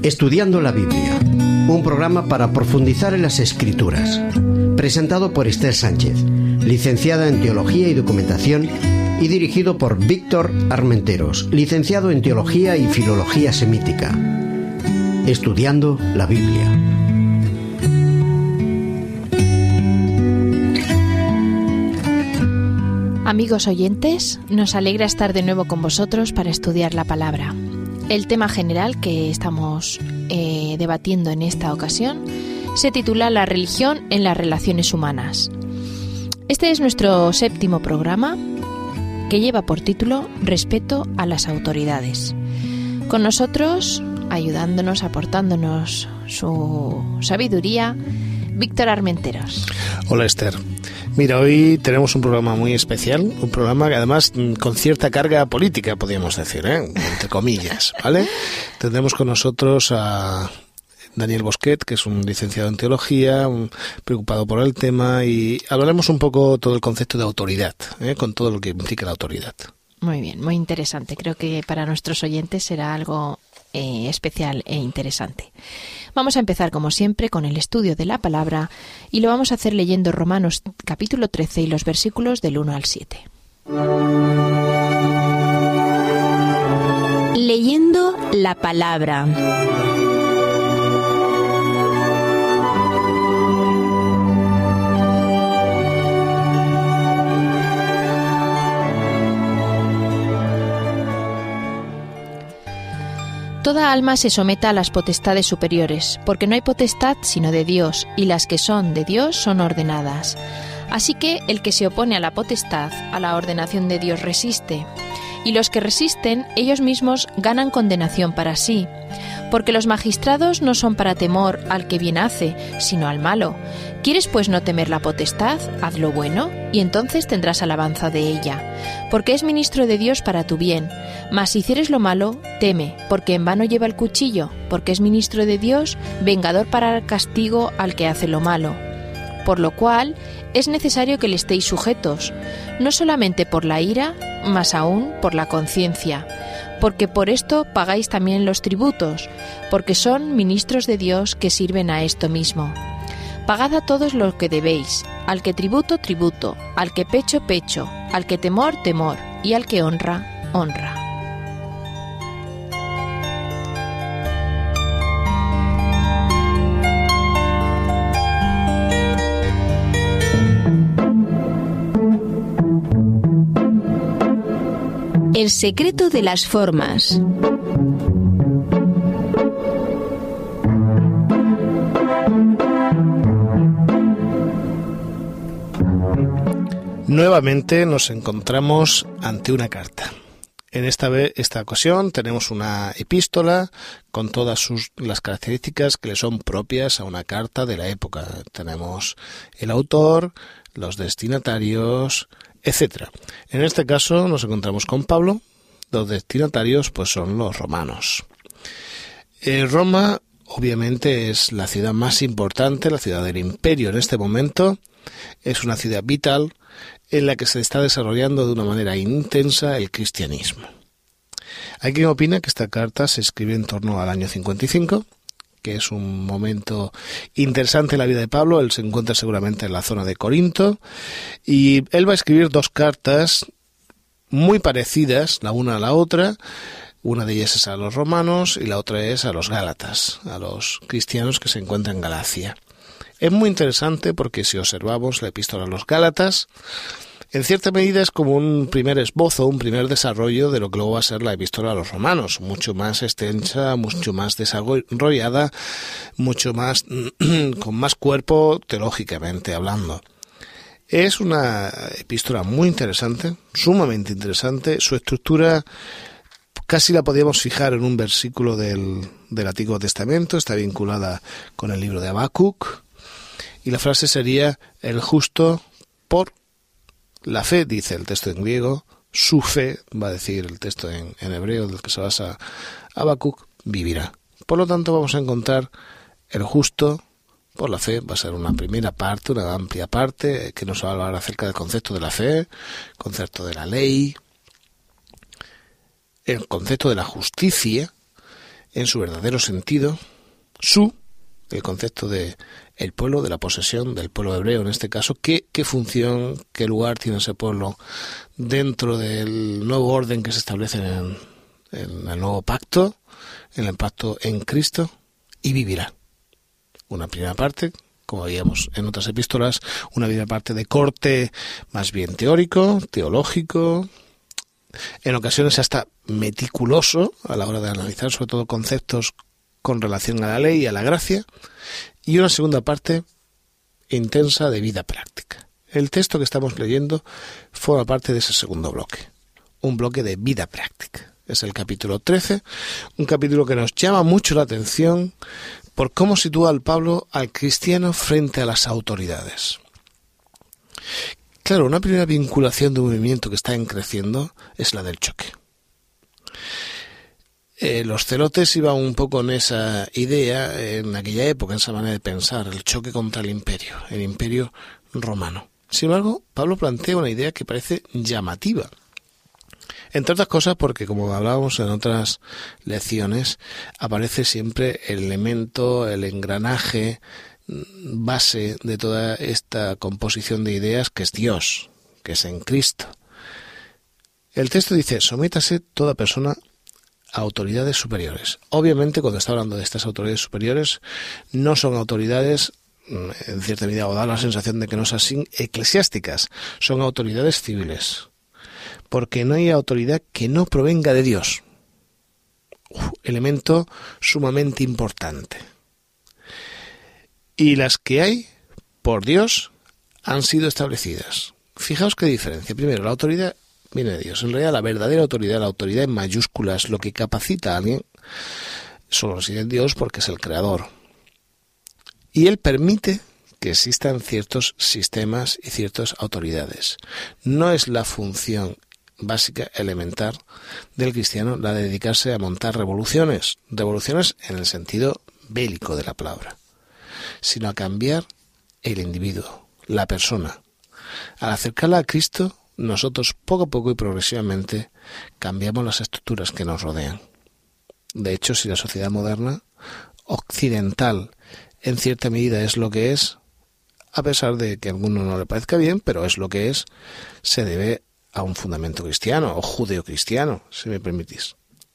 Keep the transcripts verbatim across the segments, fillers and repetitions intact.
Estudiando la Biblia, un programa para profundizar en las Escrituras, presentado por Esther Sánchez, licenciada en Teología y Documentación, y dirigido por Víctor Armenteros, licenciado en Teología y Filología Semítica. Estudiando la Biblia. Amigos oyentes, nos alegra estar de nuevo con vosotros para estudiar la palabra. El tema general que estamos eh, debatiendo en esta ocasión se titula La religión en las relaciones humanas. Este es nuestro séptimo programa, que lleva por título Respeto a las autoridades. Con nosotros, ayudándonos, aportándonos su sabiduría, Víctor Armenteros. Hola, Esther. Mira, hoy tenemos un programa muy especial, un programa que además con cierta carga política, podríamos decir, ¿eh? Entre comillas, ¿vale? Tendremos con nosotros a Daniel Bosquet, que es un licenciado en Teología, un, preocupado por el tema, y hablaremos un poco todo el concepto de autoridad, ¿eh? Con todo lo que implica la autoridad. Muy bien, muy interesante. Creo que para nuestros oyentes será algo eh, especial e interesante. Vamos a empezar, como siempre, con el estudio de la palabra y lo vamos a hacer leyendo Romanos capítulo trece y los versículos del uno al siete. Leyendo la palabra. Toda alma se someta a las potestades superiores, porque no hay potestad sino de Dios, y las que son de Dios son ordenadas. Así que el que se opone a la potestad, a la ordenación de Dios resiste, y los que resisten, ellos mismos ganan condenación para sí, porque los magistrados no son para temor al que bien hace, sino al malo. ¿Quieres pues no temer la potestad? Haz lo bueno, y entonces tendrás alabanza de ella, porque es ministro de Dios para tu bien. Mas si hicieres lo malo, teme, porque en vano lleva el cuchillo, porque es ministro de Dios, vengador para el castigo al que hace lo malo. Por lo cual, es necesario que le estéis sujetos, no solamente por la ira, mas aún por la conciencia, porque por esto pagáis también los tributos, porque son ministros de Dios que sirven a esto mismo. Pagad a todos lo que debéis, al que tributo, tributo, al que pecho, pecho, al que temor, temor, y al que honra, honra. El secreto de las formas. Nuevamente nos encontramos ante una carta. En esta vez, esta ocasión tenemos una epístola con todas sus, las características que le son propias a una carta de la época. Tenemos el autor, los destinatarios, etcétera. En este caso nos encontramos con Pablo. Los destinatarios pues son los romanos. Eh, Roma obviamente es la ciudad más importante, la ciudad del imperio en este momento. Es una ciudad vital en la que se está desarrollando de una manera intensa el cristianismo. Hay quien opina que esta carta se escribe en torno al año cincuenta y cinco, que es un momento interesante en la vida de Pablo. Él se encuentra seguramente en la zona de Corinto y él va a escribir dos cartas muy parecidas la una a la otra. Una de ellas es a los romanos y la otra es a los gálatas, a los cristianos que se encuentran en Galacia. Es muy interesante porque si observamos la epístola a los gálatas, en cierta medida es como un primer esbozo, un primer desarrollo de lo que luego va a ser la epístola a los romanos, mucho más extensa, mucho más desarrollada, mucho más con más cuerpo teológicamente hablando. Es una epístola muy interesante, sumamente interesante. Su estructura casi la podíamos fijar en un versículo del, del Antiguo Testamento, está vinculada con el libro de Habacuc, y la frase sería: el justo por la fe, dice el texto en griego, su fe, va a decir el texto en, en hebreo del que se basa Habacuc, vivirá. Por lo tanto, vamos a encontrar el justo por la fe, va a ser una primera parte, una amplia parte, que nos va a hablar acerca del concepto de la fe, concepto de la ley, el concepto de la justicia, en su verdadero sentido, su, el concepto de el pueblo, de la posesión del pueblo hebreo en este caso, qué, qué función, qué lugar tiene ese pueblo dentro del nuevo orden que se establece en, en el nuevo pacto, en el pacto en Cristo, y vivirá. Una primera parte, como veíamos en otras epístolas, una primera parte de corte más bien teórico, teológico, en ocasiones hasta meticuloso a la hora de analizar sobre todo conceptos con relación a la ley y a la gracia, y una segunda parte intensa de vida práctica. El texto que estamos leyendo forma parte de ese segundo bloque, un bloque de vida práctica. Es el capítulo trece, un capítulo que nos llama mucho la atención por cómo sitúa al Pablo al cristiano frente a las autoridades. Claro, una primera vinculación de un movimiento que está en creciendo es la del choque. Eh, los celotes iban un poco en esa idea, en aquella época, en esa manera de pensar, el choque contra el imperio, el imperio romano. Sin embargo, Pablo plantea una idea que parece llamativa. Entre otras cosas porque, como hablábamos en otras lecciones, aparece siempre el elemento, el engranaje base de toda esta composición de ideas, que es Dios, que es en Cristo. El texto dice: sométase toda persona a autoridades superiores. Obviamente, cuando está hablando de estas autoridades superiores, no son autoridades, en cierta medida, o da la sensación de que no son así, eclesiásticas, son autoridades civiles. Porque no hay autoridad que no provenga de Dios. Uf, elemento sumamente importante. Y las que hay, por Dios, han sido establecidas. Fijaos qué diferencia. Primero, la autoridad viene de Dios. En realidad, la verdadera autoridad, la autoridad en mayúsculas, lo que capacita a alguien, solo reside en Dios porque es el creador. Y Él permite que existan ciertos sistemas y ciertas autoridades. No es la función básica, elemental del cristiano la de dedicarse a montar revoluciones, revoluciones en el sentido bélico de la palabra, sino a cambiar el individuo, la persona. Al acercarla a Cristo, nosotros poco a poco y progresivamente cambiamos las estructuras que nos rodean. De hecho, si la sociedad moderna, occidental, en cierta medida es lo que es, a pesar de que a alguno no le parezca bien, pero es lo que es, se debe a un fundamento cristiano o judeocristiano, si me permitís.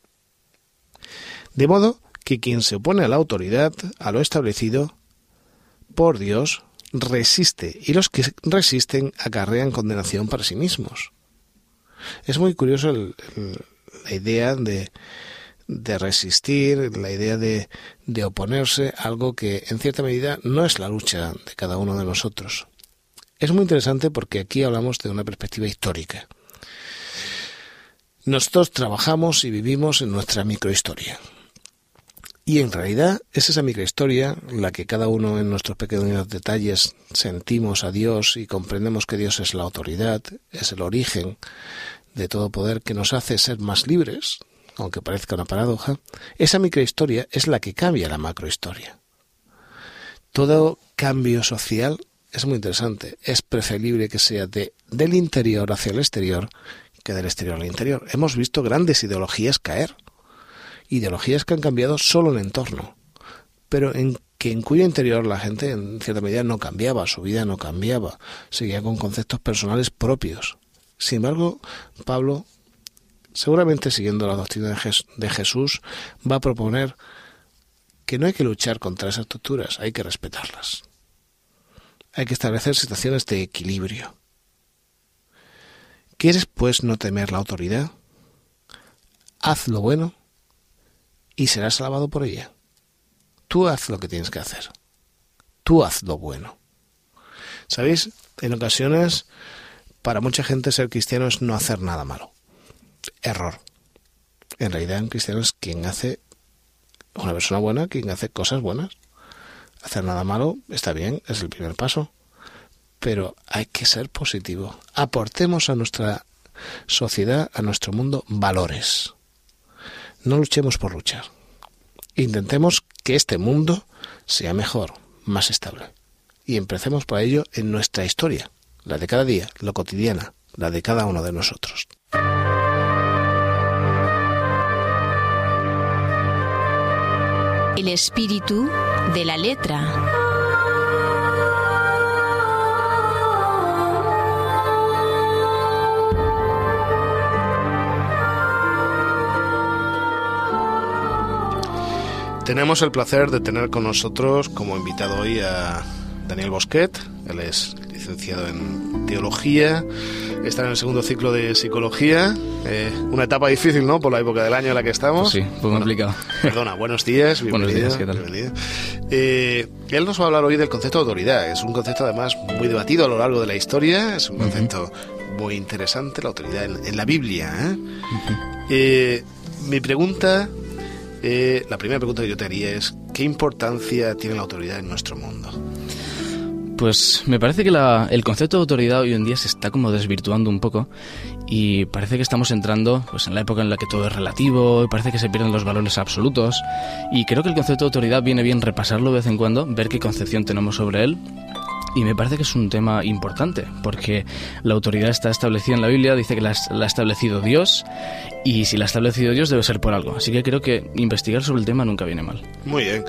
De modo que quien se opone a la autoridad, a lo establecido por Dios, resiste, y los que resisten acarrean condenación para sí mismos. Es muy curioso el, el, la idea de, de resistir, la idea de, de oponerse a algo que en cierta medida no es la lucha de cada uno de nosotros. Es muy interesante porque aquí hablamos de una perspectiva histórica. Nosotros trabajamos y vivimos en nuestra microhistoria. Y en realidad es esa microhistoria la que cada uno en nuestros pequeños detalles sentimos a Dios y comprendemos que Dios es la autoridad, es el origen de todo poder que nos hace ser más libres, aunque parezca una paradoja. Esa microhistoria es la que cambia la macrohistoria. Todo cambio social es muy interesante. Es preferible que sea de, del interior hacia el exterior que del exterior al interior. Hemos visto grandes ideologías caer. Ideologías que han cambiado solo el entorno, pero en que en cuyo interior la gente en cierta medida no cambiaba, su vida no cambiaba, seguía con conceptos personales propios. Sin embargo, Pablo, seguramente siguiendo la doctrina de, Jes- de Jesús, va a proponer que no hay que luchar contra esas estructuras, hay que respetarlas. Hay que establecer situaciones de equilibrio. ¿Quieres, pues, no temer la autoridad? Haz lo bueno y serás alabado por ella. Tú haz lo que tienes que hacer. Tú haz lo bueno. ¿Sabéis? En ocasiones, para mucha gente ser cristiano es no hacer nada malo. Error. En realidad, un cristiano es quien hace, una persona buena, quien hace cosas buenas. Hacer nada malo está bien, es el primer paso. Pero hay que ser positivo. Aportemos a nuestra sociedad, a nuestro mundo, valores. No luchemos por luchar. Intentemos que este mundo sea mejor, más estable. Y empecemos por ello en nuestra historia, la de cada día, la cotidiana, la de cada uno de nosotros. el espíritu de la letra. Tenemos el placer de tener con nosotros como invitado hoy a Daniel Bosquet. Él es licenciado en Teología, está en el segundo ciclo de Psicología. Eh, una etapa difícil, ¿no?, por la época del año en la que estamos. Pues sí, fue bueno, complicado. Perdona, buenos días, bienvenido. Buenos días, ¿qué tal? Bienvenido. Eh, él nos va a hablar hoy del concepto de autoridad. Es un concepto además muy debatido a lo largo de la historia. Es un concepto uh-huh. muy interesante, la autoridad en, en la Biblia. ¿eh? Uh-huh. Eh, mi pregunta... Eh, la primera pregunta que yo te haría es ¿qué importancia tiene la autoridad en nuestro mundo? Pues me parece que la, el concepto de autoridad hoy en día se está como desvirtuando un poco y parece que estamos entrando pues en la época en la que todo es relativo y parece que se pierden los valores absolutos, y creo que el concepto de autoridad viene bien repasarlo de vez en cuando, ver qué concepción tenemos sobre él. Y me parece que es un tema importante, porque la autoridad está establecida en la Biblia, dice que la, la ha establecido Dios, y si la ha establecido Dios debe ser por algo. Así que creo que investigar sobre el tema nunca viene mal. Muy bien.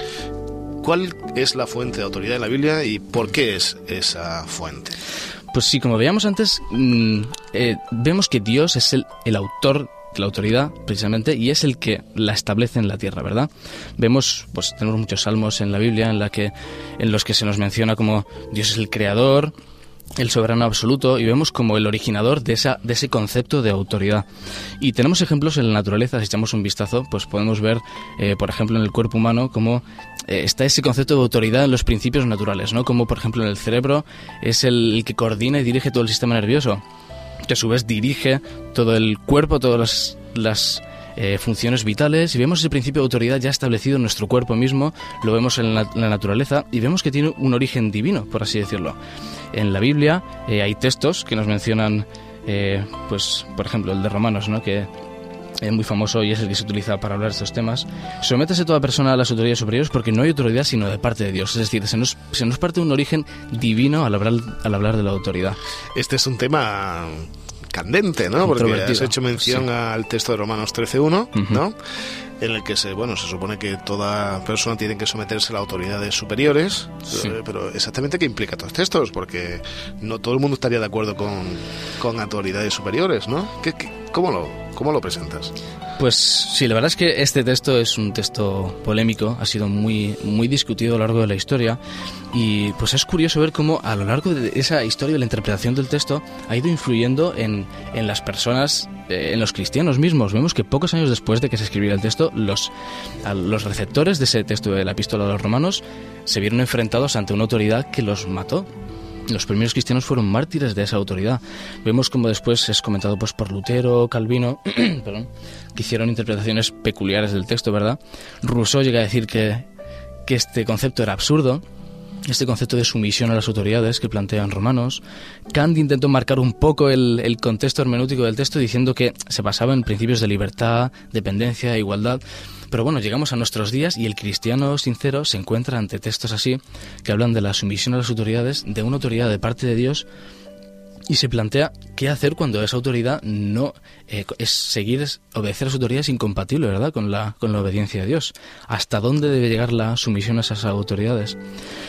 ¿Cuál es la fuente de autoridad en la Biblia y por qué es esa fuente? Pues sí, como veíamos antes, mmm, eh, vemos que Dios es el, el autor la autoridad precisamente, y es el que la establece en la tierra, ¿verdad? Vemos, pues tenemos muchos salmos en la Biblia en la que en los que se nos menciona como Dios es el creador, el soberano absoluto, y vemos como el originador de esa de ese concepto de autoridad. Y tenemos ejemplos en la naturaleza. Si echamos un vistazo, pues podemos ver, eh, por ejemplo, en el cuerpo humano cómo eh, está ese concepto de autoridad en los principios naturales, ¿no? Como por ejemplo en el cerebro es el, el que coordina y dirige todo el sistema nervioso, que a su vez dirige todo el cuerpo, todas las, las eh, funciones vitales, y vemos ese principio de autoridad ya establecido en nuestro cuerpo mismo, lo vemos en la, en la naturaleza, y vemos que tiene un origen divino, por así decirlo. En la Biblia eh, hay textos que nos mencionan, eh, pues por ejemplo el de Romanos, ¿no?, que es muy famoso y es el que se utiliza para hablar de estos temas. Sométase toda persona a las autoridades superiores porque no hay autoridad sino de parte de Dios. Es decir, se nos, se nos parte un origen divino al hablar, al hablar de la autoridad. Este es un tema candente, ¿no? Porque has hecho mención sí. al texto de Romanos trece uno, uh-huh. ¿no?, en el que se, bueno, se supone que toda persona tiene que someterse a las autoridades superiores, sí. pero, pero exactamente qué implica estos textos, porque no todo el mundo estaría de acuerdo con, con autoridades superiores, ¿no? ¿Qué, qué, cómo lo, cómo lo presentas? Pues sí, la verdad es que este texto es un texto polémico, ha sido muy, muy discutido a lo largo de la historia, y pues es curioso ver cómo a lo largo de esa historia la interpretación del texto ha ido influyendo en, en las personas, eh, en los cristianos mismos. Vemos que pocos años después de que se escribiera el texto, los, a los receptores de ese texto de la Epístola de los Romanos se vieron enfrentados ante una autoridad que los mató. Los primeros cristianos fueron mártires de esa autoridad. Vemos como después es comentado pues por Lutero, Calvino, perdón, que hicieron interpretaciones peculiares del texto, ¿verdad? Rousseau llega a decir que, que este concepto era absurdo, este concepto de sumisión a las autoridades que plantean Romanos. Kant intentó marcar un poco el, el contexto hermenéutico del texto diciendo que se basaba en principios de libertad, dependencia e igualdad. Pero bueno, llegamos a nuestros días y el cristiano sincero se encuentra ante textos así que hablan de la sumisión a las autoridades, de una autoridad de parte de Dios, y se plantea qué hacer cuando esa autoridad no eh, es seguir, es obedecer a esa autoridad es incompatible, ¿verdad?, con la, con la obediencia a Dios. ¿Hasta dónde debe llegar la sumisión a esas autoridades?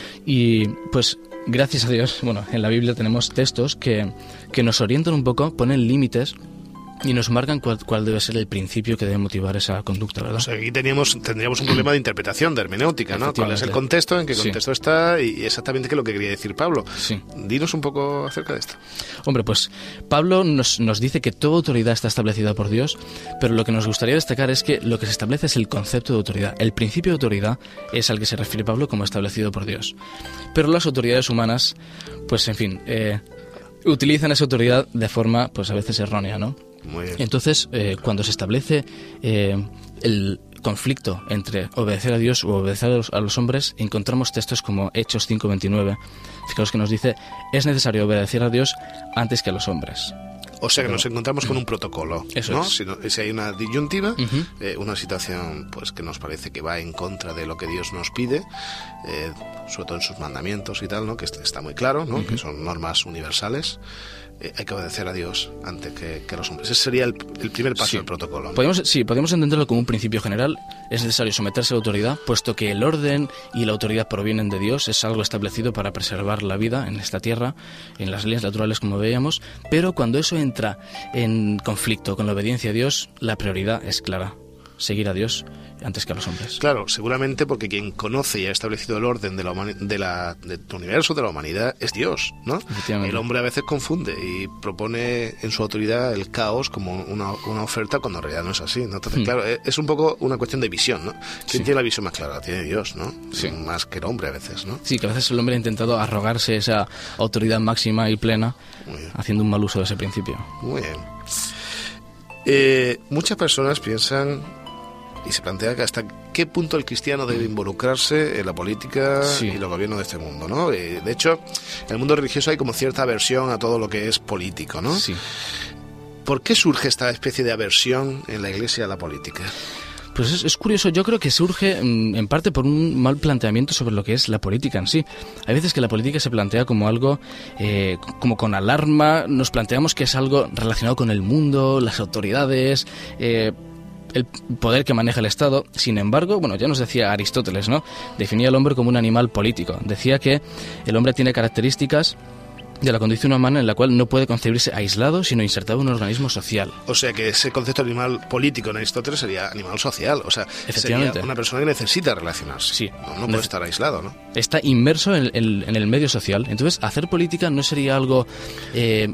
Y pues gracias a Dios, bueno, en la Biblia tenemos textos que, que nos orientan un poco, ponen límites y nos marcan cuál, cuál debe ser el principio que debe motivar esa conducta, ¿verdad? O sea, aquí teníamos, tendríamos un problema de interpretación, de hermenéutica, ¿no? ¿Cuál es el contexto, en qué contexto sí. está y exactamente qué es lo que quería decir Pablo? Sí. Dinos un poco acerca de esto. Hombre, pues Pablo nos, nos dice que toda autoridad está establecida por Dios, pero lo que nos gustaría destacar es que lo que se establece es el concepto de autoridad. El principio de autoridad es al que se refiere Pablo como establecido por Dios. Pero las autoridades humanas, pues en fin, eh, utilizan esa autoridad de forma, pues a veces errónea, ¿no? Muy bien. Entonces, eh, cuando se establece eh, el conflicto entre obedecer a Dios o obedecer a los, a los hombres, encontramos textos como Hechos cinco veintinueve. Fijaos que nos dice, es necesario obedecer a Dios antes que a los hombres. O sea que nos encontramos con un protocolo, Eso ¿no? es. Si, no, si hay una disyuntiva, Uh-huh. eh, una situación pues que nos parece que va en contra de lo que Dios nos pide, eh, sobre todo en sus mandamientos y tal, ¿no? Que está muy claro, ¿no? Uh-huh. Que son normas universales. Eh, hay que obedecer a Dios antes que, que a los hombres. Ese sería el, el primer paso sí. del protocolo, ¿no? Podemos, sí, podemos entenderlo como un principio general. Es necesario someterse a la autoridad, puesto que el orden y la autoridad provienen de Dios. Es algo establecido para preservar la vida en esta tierra, en las leyes naturales, como veíamos. Pero cuando eso entra en conflicto con la obediencia a Dios, la prioridad es clara: seguir a Dios antes que a los hombres. Claro, seguramente porque quien conoce y ha establecido el orden de la humani- de la del universo, de la humanidad, es Dios, ¿no? El hombre a veces confunde y propone en su autoridad el caos como una, una oferta, cuando en realidad no es así, ¿no? Entonces, hmm. claro, es un poco una cuestión de visión, ¿no? ¿Quién sí. tiene la visión más clara? La tiene Dios, ¿no? Sí. Más que el hombre a veces, ¿no? Sí, que a veces el hombre ha intentado arrogarse esa autoridad máxima y plena, haciendo un mal uso de ese principio. Muy bien. Eh, muchas personas piensan y se plantea que hasta qué punto el cristiano debe involucrarse en la política sí. y los gobiernos de este mundo, ¿no? Eh, de hecho, en el mundo religioso hay como cierta aversión a todo lo que es político, ¿no? Sí. ¿Por qué surge esta especie de aversión en la Iglesia a la política? Pues es, es curioso, yo creo que surge en parte por un mal planteamiento sobre lo que es la política en sí. Hay veces que la política se plantea como algo, eh, como con alarma, nos planteamos que es algo relacionado con el mundo, las autoridades, eh, el poder que maneja el Estado. Sin embargo, bueno, ya nos decía Aristóteles, ¿no? Definía al hombre como un animal político. Decía que el hombre tiene características de la condición humana en la cual no puede concebirse aislado, sino insertado en un organismo social. O sea que ese concepto de animal político en Aristóteles sería animal social, o sea, sería una persona que necesita relacionarse. Sí. No, no puede estar aislado, ¿no? Está inmerso en el, en el medio social. Entonces, hacer política no sería algo eh,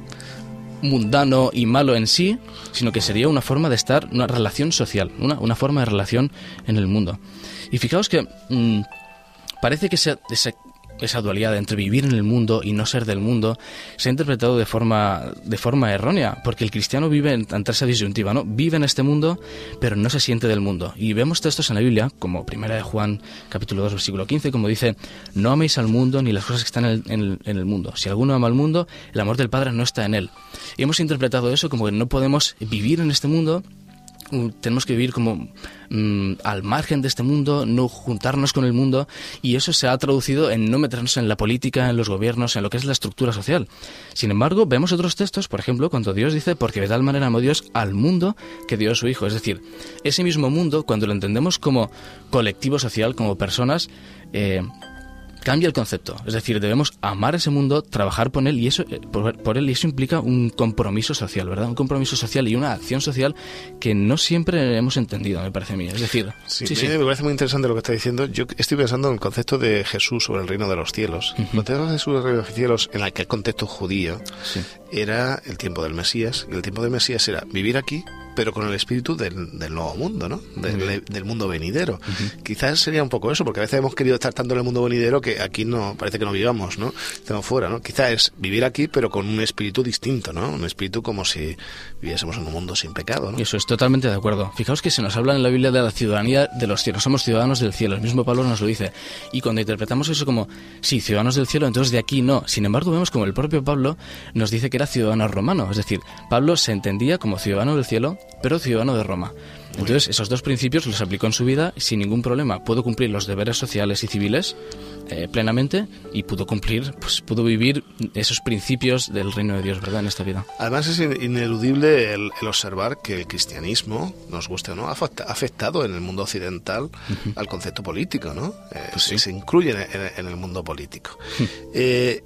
mundano y malo en sí, sino que sería una forma de estar, una relación social, una, una forma de relación en el mundo. Y fijaos que mmm, parece que ese, ese esa dualidad entre vivir en el mundo y no ser del mundo se ha interpretado de forma de forma errónea, porque el cristiano vive ante esa disyuntiva, ¿no? Vive en este mundo, pero no se siente del mundo. Y vemos textos en la Biblia, como Primera de Juan, capítulo dos, versículo quince, como dice: no améis al mundo ni las cosas que están en el, en el, en el mundo. Si alguno ama al mundo, el amor del Padre no está en él. Y hemos interpretado eso como que no podemos vivir en este mundo, tenemos que vivir como mmm, al margen de este mundo, no juntarnos con el mundo, y eso se ha traducido en no meternos en la política, en los gobiernos, en lo que es la estructura social. Sin embargo, vemos otros textos, por ejemplo, cuando Dios dice: porque de tal manera amó Dios al mundo que dio a su Hijo. Es decir, ese mismo mundo, cuando lo entendemos como colectivo social, como personas, eh, cambia el concepto. Es decir, debemos amar ese mundo, trabajar por él, y eso por, por él y eso implica un compromiso social, ¿verdad? Un compromiso social y una acción social que no siempre hemos entendido, me parece a mí. Es decir, sí, sí, sí. me parece muy interesante lo que está diciendo. Yo estoy pensando en el concepto de Jesús sobre el reino de los cielos. Uh-huh. El concepto de Jesús sobre el reino de los cielos, en aquel contexto judío, sí. era el tiempo del Mesías, y el tiempo del Mesías era vivir aquí, pero con el espíritu del, del nuevo mundo, ¿no? Del, del mundo venidero. Uh-huh. Quizás sería un poco eso, porque a veces hemos querido estar tanto en el mundo venidero que aquí no parece que no vivamos, ¿no? Estamos fuera, ¿no? Quizás es vivir aquí, pero con un espíritu distinto, ¿no? Un espíritu como si viviésemos en un mundo sin pecado, ¿no? Eso es totalmente de acuerdo. Fijaos que se nos habla en la Biblia de la ciudadanía de los cielos. Somos ciudadanos del cielo. El mismo Pablo nos lo dice. Y cuando interpretamos eso como, sí, ciudadanos del cielo, entonces de aquí no. Sin embargo, vemos como el propio Pablo nos dice que era ciudadano romano. Es decir, Pablo se entendía como ciudadano del cielo, pero ciudadano de Roma. Entonces, esos dos principios los aplicó en su vida sin ningún problema. Pudo cumplir los deberes sociales y civiles eh, plenamente, y pudo cumplir, pues pudo vivir esos principios del reino de Dios, ¿verdad?, en esta vida. Además, es ineludible el, el observar que el cristianismo, nos guste o no, ha afectado en el mundo occidental uh-huh. al concepto político, ¿no? Eh, pues sí. Se incluye en, en, en el mundo político. Uh-huh. Eh,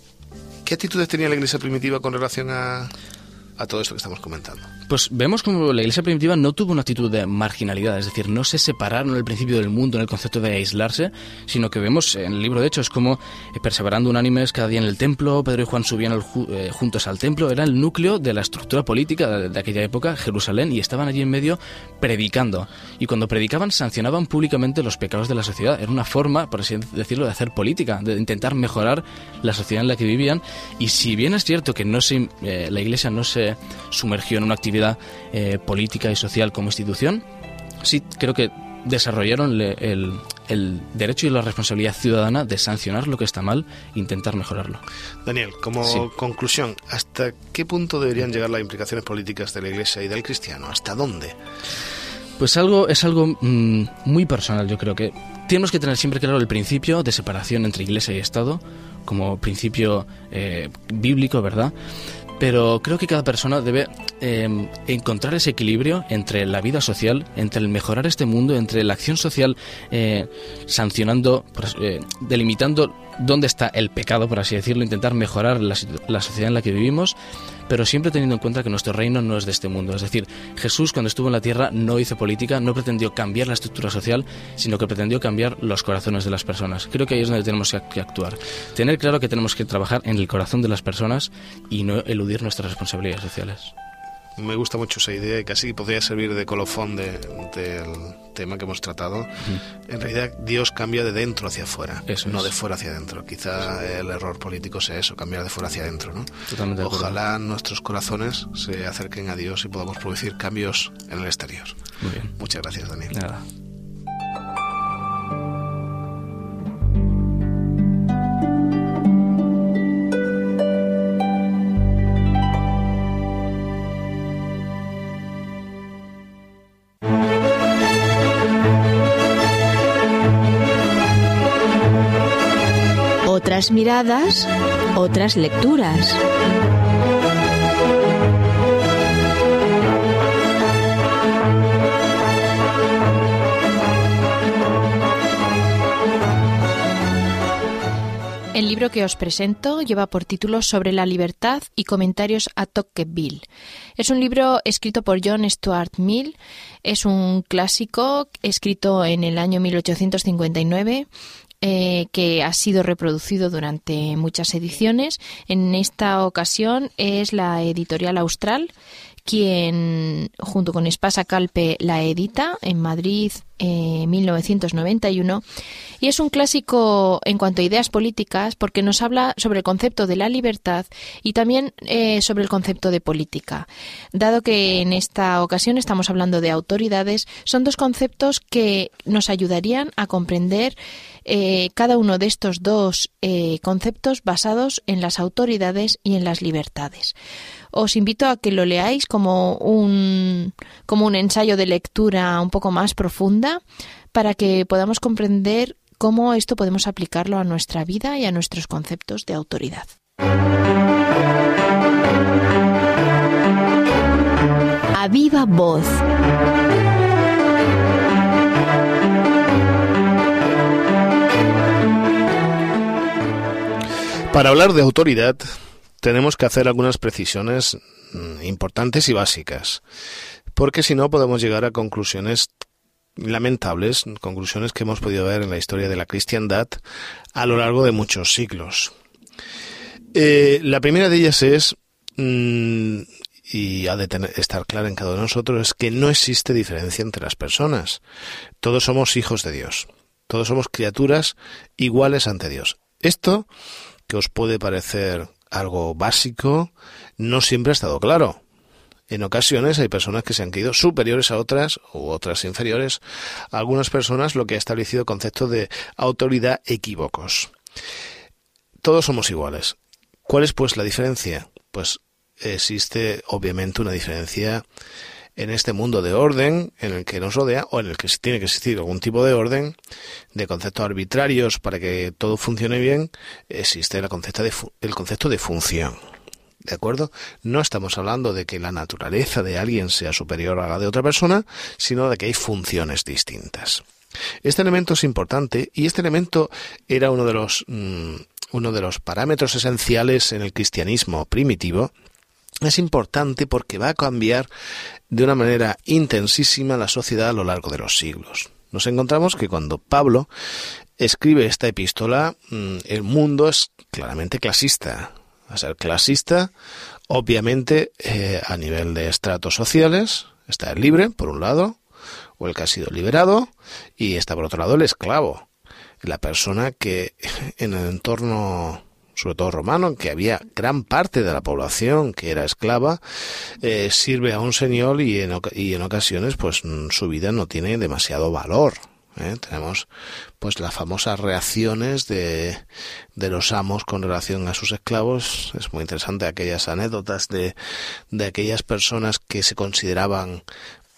¿Qué actitudes tenía la Iglesia primitiva con relación a... a todo esto que estamos comentando? Pues vemos como la Iglesia primitiva no tuvo una actitud de marginalidad, es decir, no se separaron al principio del mundo en el concepto de aislarse, sino que vemos en el libro de Hechos como eh, perseverando unánimes cada día en el templo, Pedro y Juan subían al, eh, juntos al templo, era el núcleo de la estructura política de, de aquella época, Jerusalén, y estaban allí en medio predicando. Y cuando predicaban, sancionaban públicamente los pecados de la sociedad. Era una forma, por así decirlo, de hacer política, de intentar mejorar la sociedad en la que vivían. Y si bien es cierto que no se, eh, la Iglesia no se sumergió en una actividad eh, política y social como institución, sí creo que desarrollaron le, el, el derecho y la responsabilidad ciudadana de sancionar lo que está mal e intentar mejorarlo. Daniel, como sí. conclusión, ¿hasta qué punto deberían llegar las implicaciones políticas de la Iglesia y del cristiano? ¿Hasta dónde? Pues algo es algo mmm, muy personal, yo creo que tenemos que tener siempre claro el principio de separación entre Iglesia y Estado, como principio eh, bíblico, ¿verdad? Pero creo que cada persona debe eh, encontrar ese equilibrio entre la vida social, entre el mejorar este mundo, entre la acción social, eh, sancionando, eh, delimitando dónde está el pecado, por así decirlo, intentar mejorar la, la sociedad en la que vivimos, pero siempre teniendo en cuenta que nuestro reino no es de este mundo. Es decir, Jesús, cuando estuvo en la tierra, no hizo política, no pretendió cambiar la estructura social, sino que pretendió cambiar los corazones de las personas. Creo que ahí es donde tenemos que actuar. Tener claro que tenemos que trabajar en el corazón de las personas y no eludir nuestras responsabilidades sociales. Me gusta mucho esa idea y casi podría servir de colofón de, del tema que hemos tratado. Uh-huh. En realidad, Dios cambia de dentro hacia afuera, eso no es. de fuera hacia adentro. Quizá sí. el error político sea eso, cambiar de fuera hacia adentro, ¿no? Totalmente. Ojalá nuestros corazones se acerquen a Dios y podamos producir cambios en el exterior. Muy bien. Muchas gracias, Daniel. Nada. Otras miradas, otras lecturas. El libro que os presento lleva por título Sobre la libertad y comentarios a Tocqueville. Es un libro escrito por John Stuart Mill, es un clásico escrito en el año mil ochocientos cincuenta y nueve, eh, que ha sido reproducido durante muchas ediciones. En esta ocasión es la editorial Austral quien, junto con Espasa Calpe, la edita en Madrid en eh, mil novecientos noventa y uno, y es un clásico en cuanto a ideas políticas porque nos habla sobre el concepto de la libertad y también eh, sobre el concepto de política. Dado que en esta ocasión estamos hablando de autoridades, son dos conceptos que nos ayudarían a comprender eh, cada uno de estos dos eh, conceptos basados en las autoridades y en las libertades. Os invito a que lo leáis como un, como un ensayo de lectura un poco más profunda para que podamos comprender cómo esto podemos aplicarlo a nuestra vida y a nuestros conceptos de autoridad. A viva voz. Para hablar de autoridad, tenemos que hacer algunas precisiones importantes y básicas, porque si no podemos llegar a conclusiones lamentables, conclusiones que hemos podido ver en la historia de la cristiandad a lo largo de muchos siglos. Eh, la primera de ellas es, mmm, y ha de tener, estar clara en cada uno de nosotros, es que no existe diferencia entre las personas. Todos somos hijos de Dios, todos somos criaturas iguales ante Dios. Esto, que os puede parecer algo básico, no siempre ha estado claro. En ocasiones hay personas que se han creído superiores a otras u otras inferiores. Algunas personas lo que ha establecido conceptos de autoridad equívocos. Todos somos iguales. ¿Cuál es pues la diferencia? Pues existe obviamente una diferencia en este mundo de orden en el que nos rodea, o en el que tiene que existir algún tipo de orden, de conceptos arbitrarios para que todo funcione bien. Existe el concepto de, fu- el concepto de función. ¿De acuerdo? No estamos hablando de que la naturaleza de alguien sea superior a la de otra persona, sino de que hay funciones distintas. Este elemento es importante y este elemento era uno de los, mmm, uno de los parámetros esenciales en el cristianismo primitivo. Es importante porque va a cambiar de una manera intensísima la sociedad a lo largo de los siglos. Nos encontramos que cuando Pablo escribe esta epístola, mmm, el mundo es claramente clasista. Va a ser clasista, obviamente, eh, a nivel de estratos sociales. Está el libre, por un lado, o el que ha sido liberado, y está, por otro lado, el esclavo. La persona que en el entorno, sobre todo romano, en que había gran parte de la población que era esclava, eh, sirve a un señor y en, y en ocasiones pues su vida no tiene demasiado valor. ¿Eh? Tenemos pues las famosas reacciones de, de los amos con relación a sus esclavos. Es muy interesante aquellas anécdotas de, de aquellas personas que se consideraban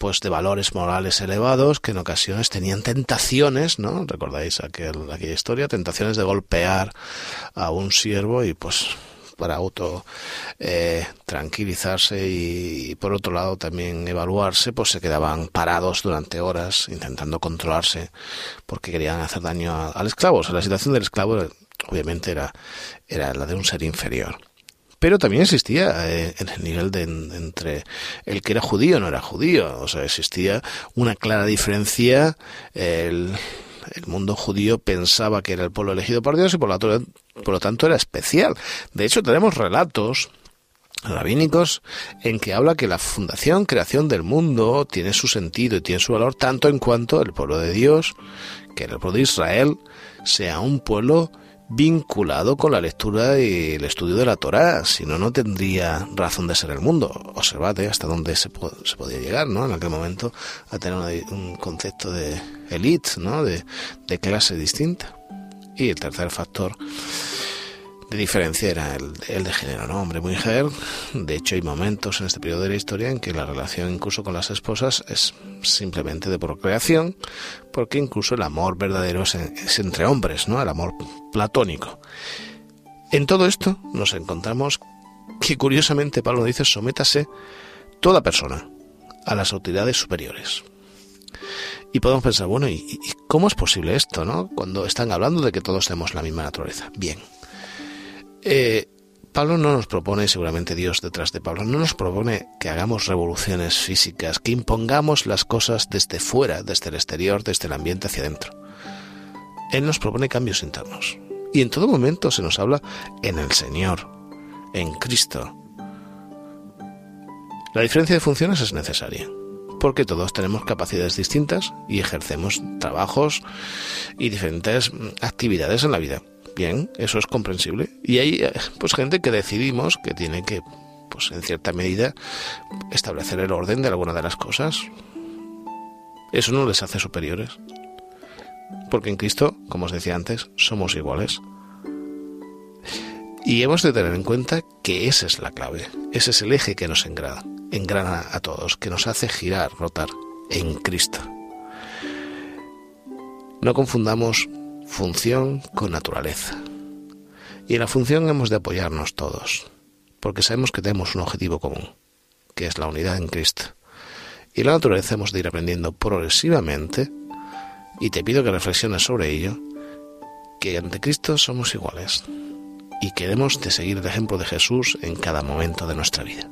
pues de valores morales elevados, que en ocasiones tenían tentaciones, ¿no? ¿Recordáis aquel, aquella historia? Tentaciones de golpear a un siervo y pues para auto eh, tranquilizarse y, y por otro lado también evaluarse, pues se quedaban parados durante horas intentando controlarse porque querían hacer daño a, al esclavo. O sea, la situación del esclavo obviamente era, era la de un ser inferior. Pero también existía eh, en el nivel de en, entre el que era judío y no era judío. O sea, existía una clara diferencia. El, el mundo judío pensaba que era el pueblo elegido por Dios y por lo, por lo tanto era especial. De hecho, tenemos relatos rabínicos en que habla que la fundación, creación del mundo tiene su sentido y tiene su valor tanto en cuanto el pueblo de Dios, que era el pueblo de Israel, sea un pueblo vinculado con la lectura y el estudio de la Torá, si no, no tendría razón de ser el mundo. Observad ¿eh? hasta dónde se, po- se podía llegar, ¿no? En aquel momento a tener una, un concepto de élite, ¿no? De, de clase distinta. Y el tercer factor de diferencia era el, el de género, ¿no? Hombre, mujer. De hecho, hay momentos en este periodo de la historia en que la relación incluso con las esposas es simplemente de procreación, porque incluso el amor verdadero es, es entre hombres, ¿no? El amor platónico. En todo esto nos encontramos que curiosamente Pablo dice: sométase toda persona a las autoridades superiores. Y podemos pensar, bueno, ¿y, y cómo es posible esto, no? Cuando están hablando de que todos tenemos la misma naturaleza. Bien. Eh, Pablo no nos propone, seguramente Dios detrás de Pablo, no nos propone que hagamos revoluciones físicas, que impongamos las cosas desde fuera, desde el exterior, desde el ambiente hacia adentro. Él nos propone cambios internos. Y en todo momento se nos habla en el Señor, en Cristo. La diferencia de funciones es necesaria, porque todos tenemos capacidades distintas y ejercemos trabajos y diferentes actividades en la vida. Bien, eso es comprensible. Y hay pues gente que decidimos que tiene que, pues en cierta medida, establecer el orden de alguna de las cosas. Eso no les hace superiores. Porque en Cristo, como os decía antes, somos iguales. Y hemos de tener en cuenta que esa es la clave. Ese es el eje que nos engrana, engrana a todos, que nos hace girar, rotar en Cristo. No confundamos función con naturaleza. Y en la función hemos de apoyarnos todos, porque sabemos que tenemos un objetivo común, que es la unidad en Cristo. Y en la naturaleza hemos de ir aprendiendo progresivamente, y te pido que reflexiones sobre ello, que ante Cristo somos iguales, y que debemos de seguir el ejemplo de Jesús en cada momento de nuestra vida.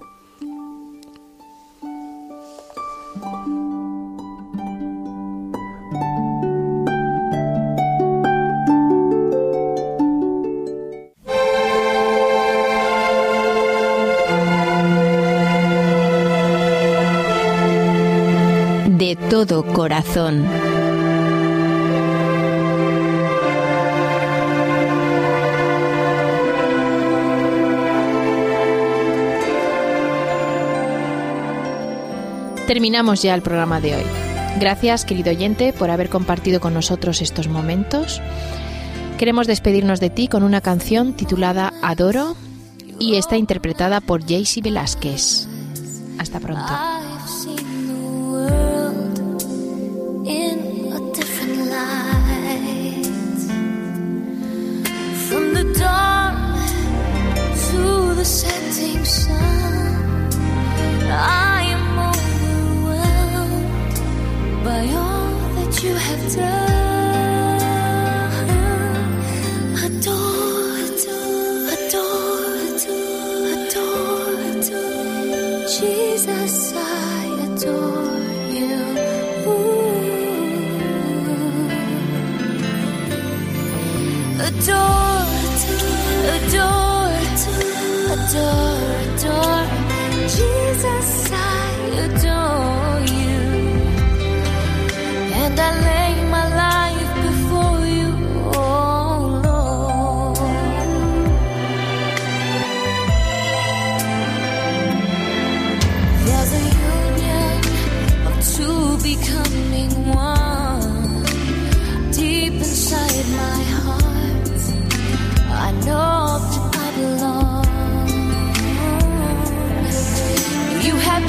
De todo corazón. Terminamos ya el programa de hoy. Gracias, querido oyente, por haber compartido con nosotros estos momentos. Queremos despedirnos de ti con una canción titulada Adoro y está interpretada por Jaycee Velázquez. Hasta pronto. By all that you have done, adore, adore, adore, adore, Jesus, I adore you. Ooh. Adore, adore, adore, adore, Jesus, I adore you. And I lay my life before you, oh Lord. There's a union of two becoming one. Deep inside my heart, I know that I belong. You have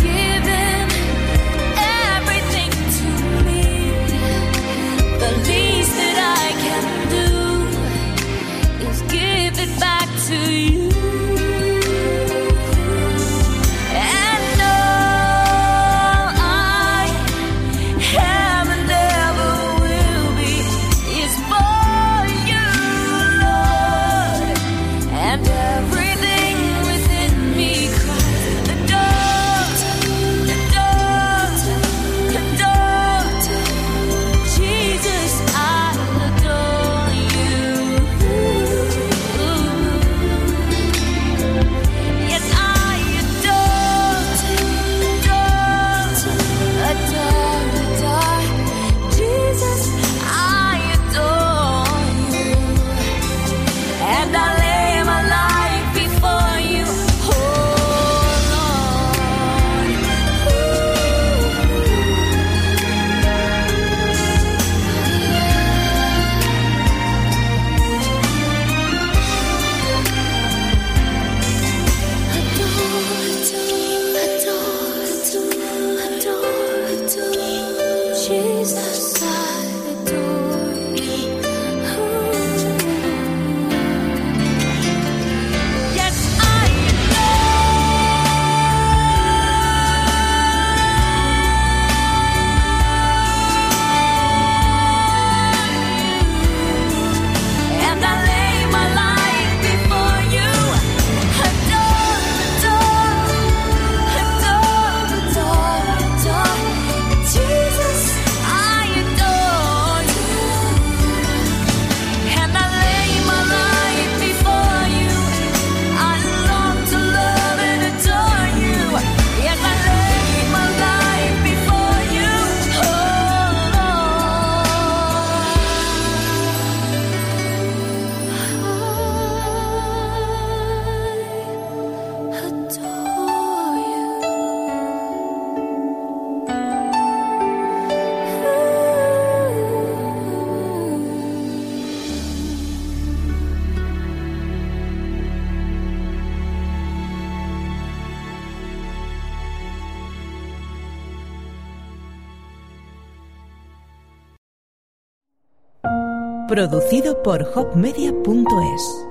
Producido por hopmedia punto es.